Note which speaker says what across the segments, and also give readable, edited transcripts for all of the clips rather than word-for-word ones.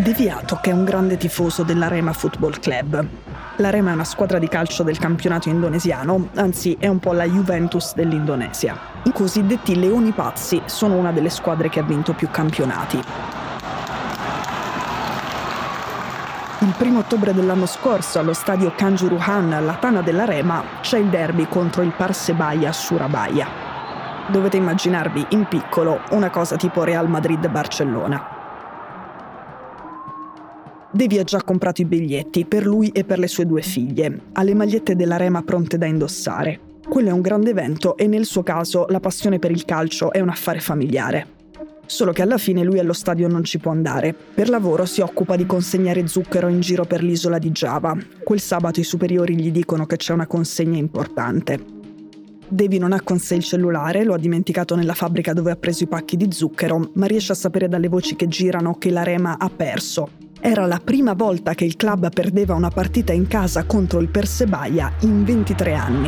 Speaker 1: Devi Atok è un grande tifoso dell'Arema Football Club. L'Arema è una squadra di calcio del campionato indonesiano, anzi è un po' la Juventus dell'Indonesia. I cosiddetti Leoni Pazzi sono una delle squadre che ha vinto più campionati. Il 1 ottobre dell'anno scorso, allo stadio Kanjuruhan, la tana dell'Arema, c'è il derby contro il Persebaya Surabaya. Dovete immaginarvi, in piccolo, una cosa tipo Real Madrid-Barcellona. Devi ha già comprato i biglietti per lui e per le sue 2 figlie, ha le magliette dell'Arema pronte da indossare. Quello è un grande evento e nel suo caso la passione per il calcio è un affare familiare. Solo che alla fine lui allo stadio non ci può andare. Per lavoro si occupa di consegnare zucchero in giro per l'isola di Giava. Quel sabato i superiori gli dicono che c'è una consegna importante. Davy non ha con sé il cellulare, lo ha dimenticato nella fabbrica dove ha preso i pacchi di zucchero, ma riesce a sapere dalle voci che girano che l'Arema ha perso. Era la prima volta che il club perdeva una partita in casa contro il Persebaya in 23 anni.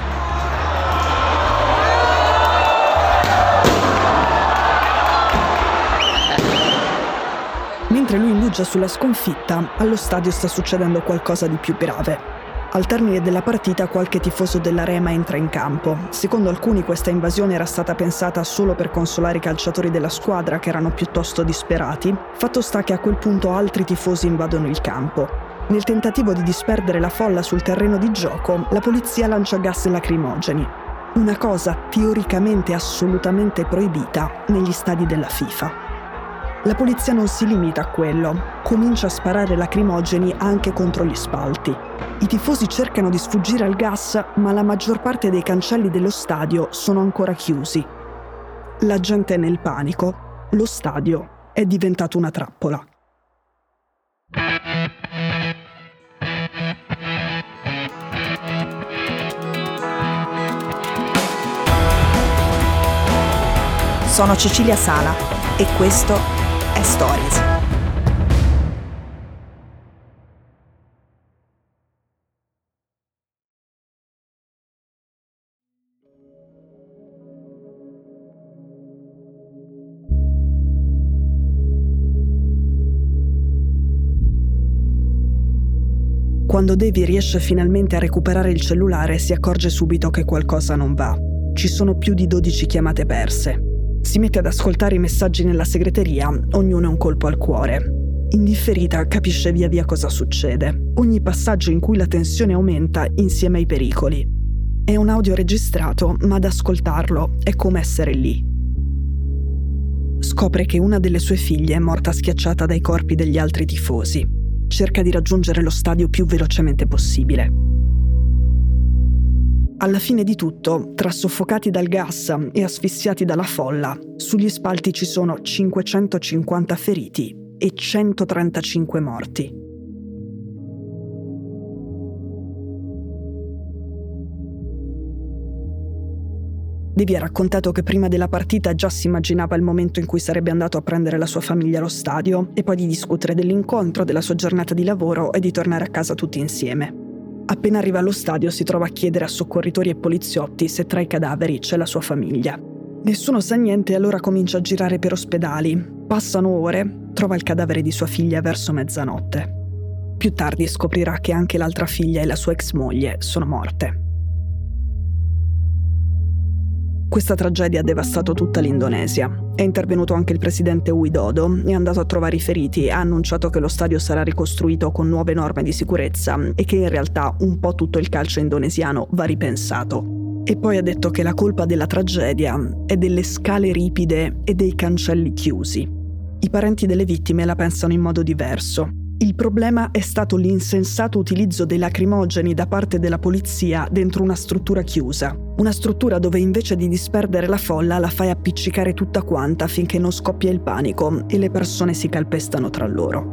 Speaker 1: Mentre lui indugia sulla sconfitta, allo stadio sta succedendo qualcosa di più grave. Al termine della partita qualche tifoso dell'Arema entra in campo. Secondo alcuni questa invasione era stata pensata solo per consolare i calciatori della squadra che erano piuttosto disperati. Fatto sta che a quel punto altri tifosi invadono il campo. Nel tentativo di disperdere la folla sul terreno di gioco, la polizia lancia gas lacrimogeni. Una cosa teoricamente assolutamente proibita negli stadi della FIFA. La polizia non si limita a quello, comincia a sparare lacrimogeni anche contro gli spalti. I tifosi cercano di sfuggire al gas, ma la maggior parte dei cancelli dello stadio sono ancora chiusi. La gente è nel panico, lo stadio è diventato una trappola.
Speaker 2: Sono Cecilia Sala e questo è Stories.
Speaker 1: Quando Davy riesce finalmente a recuperare il cellulare, si accorge subito che qualcosa non va. Ci sono più di 12 chiamate perse. Si mette ad ascoltare i messaggi nella segreteria, ognuno è un colpo al cuore. Indifferita, capisce via via cosa succede. Ogni passaggio in cui la tensione aumenta insieme ai pericoli. È un audio registrato, ma ad ascoltarlo è come essere lì. Scopre che una delle sue figlie è morta schiacciata dai corpi degli altri tifosi. Cerca di raggiungere lo stadio più velocemente possibile. Alla fine di tutto, tra soffocati dal gas e asfissiati dalla folla, sugli spalti ci sono 550 feriti e 135 morti. Davy ha raccontato che prima della partita già si immaginava il momento in cui sarebbe andato a prendere la sua famiglia allo stadio e poi di discutere dell'incontro, della sua giornata di lavoro e di tornare a casa tutti insieme. Appena arriva allo stadio si trova a chiedere a soccorritori e poliziotti se tra i cadaveri c'è la sua famiglia. Nessuno sa niente e allora comincia a girare per ospedali. Passano ore, trova il cadavere di sua figlia verso mezzanotte. Più tardi scoprirà che anche l'altra figlia e la sua ex moglie sono morte. Questa tragedia ha devastato tutta l'Indonesia. È intervenuto anche il presidente Widodo, è andato a trovare i feriti e ha annunciato che lo stadio sarà ricostruito con nuove norme di sicurezza e che in realtà un po' tutto il calcio indonesiano va ripensato. E poi ha detto che la colpa della tragedia è delle scale ripide e dei cancelli chiusi. I parenti delle vittime la pensano in modo diverso. Il problema è stato l'insensato utilizzo dei lacrimogeni da parte della polizia dentro una struttura chiusa. Una struttura dove invece di disperdere la folla la fai appiccicare tutta quanta finché non scoppia il panico e le persone si calpestano tra loro.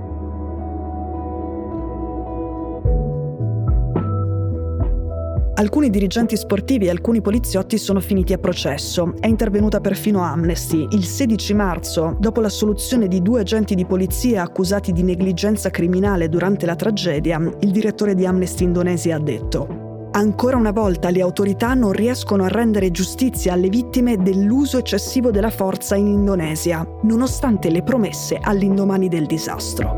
Speaker 1: Alcuni dirigenti sportivi e alcuni poliziotti sono finiti a processo. È intervenuta perfino Amnesty. Il 16 marzo, dopo l'assoluzione di 2 agenti di polizia accusati di negligenza criminale durante la tragedia, il direttore di Amnesty Indonesia ha detto: Ancora una volta le autorità non riescono a rendere giustizia alle vittime dell'uso eccessivo della forza in Indonesia, nonostante le promesse all'indomani del disastro.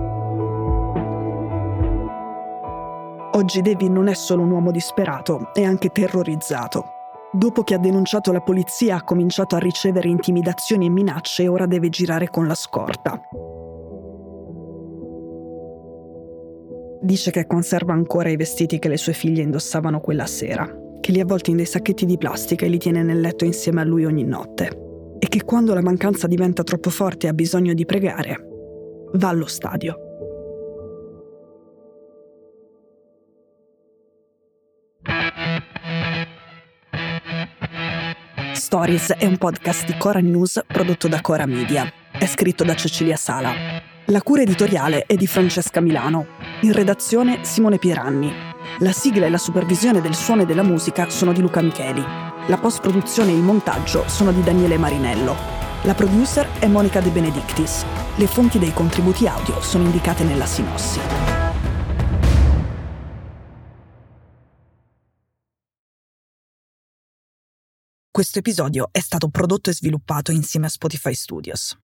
Speaker 1: Oggi Devi non è solo un uomo disperato, è anche terrorizzato. Dopo che ha denunciato la polizia, ha cominciato a ricevere intimidazioni e minacce e ora deve girare con la scorta. Dice che conserva ancora i vestiti che le sue figlie indossavano quella sera, che li ha avvolti in dei sacchetti di plastica e li tiene nel letto insieme a lui ogni notte, e che quando la mancanza diventa troppo forte e ha bisogno di pregare, va allo stadio. Stories è un podcast di Cora News prodotto da Cora Media. È scritto da Cecilia Sala. La cura editoriale è di Francesca Milano. In redazione Simone Pieranni. La sigla e la supervisione del suono e della musica sono di Luca Micheli. La post-produzione e il montaggio sono di Daniele Marinello. La producer è Monica De Benedictis. Le fonti dei contributi audio sono indicate nella sinossi. Questo episodio è stato prodotto e sviluppato insieme a Spotify Studios.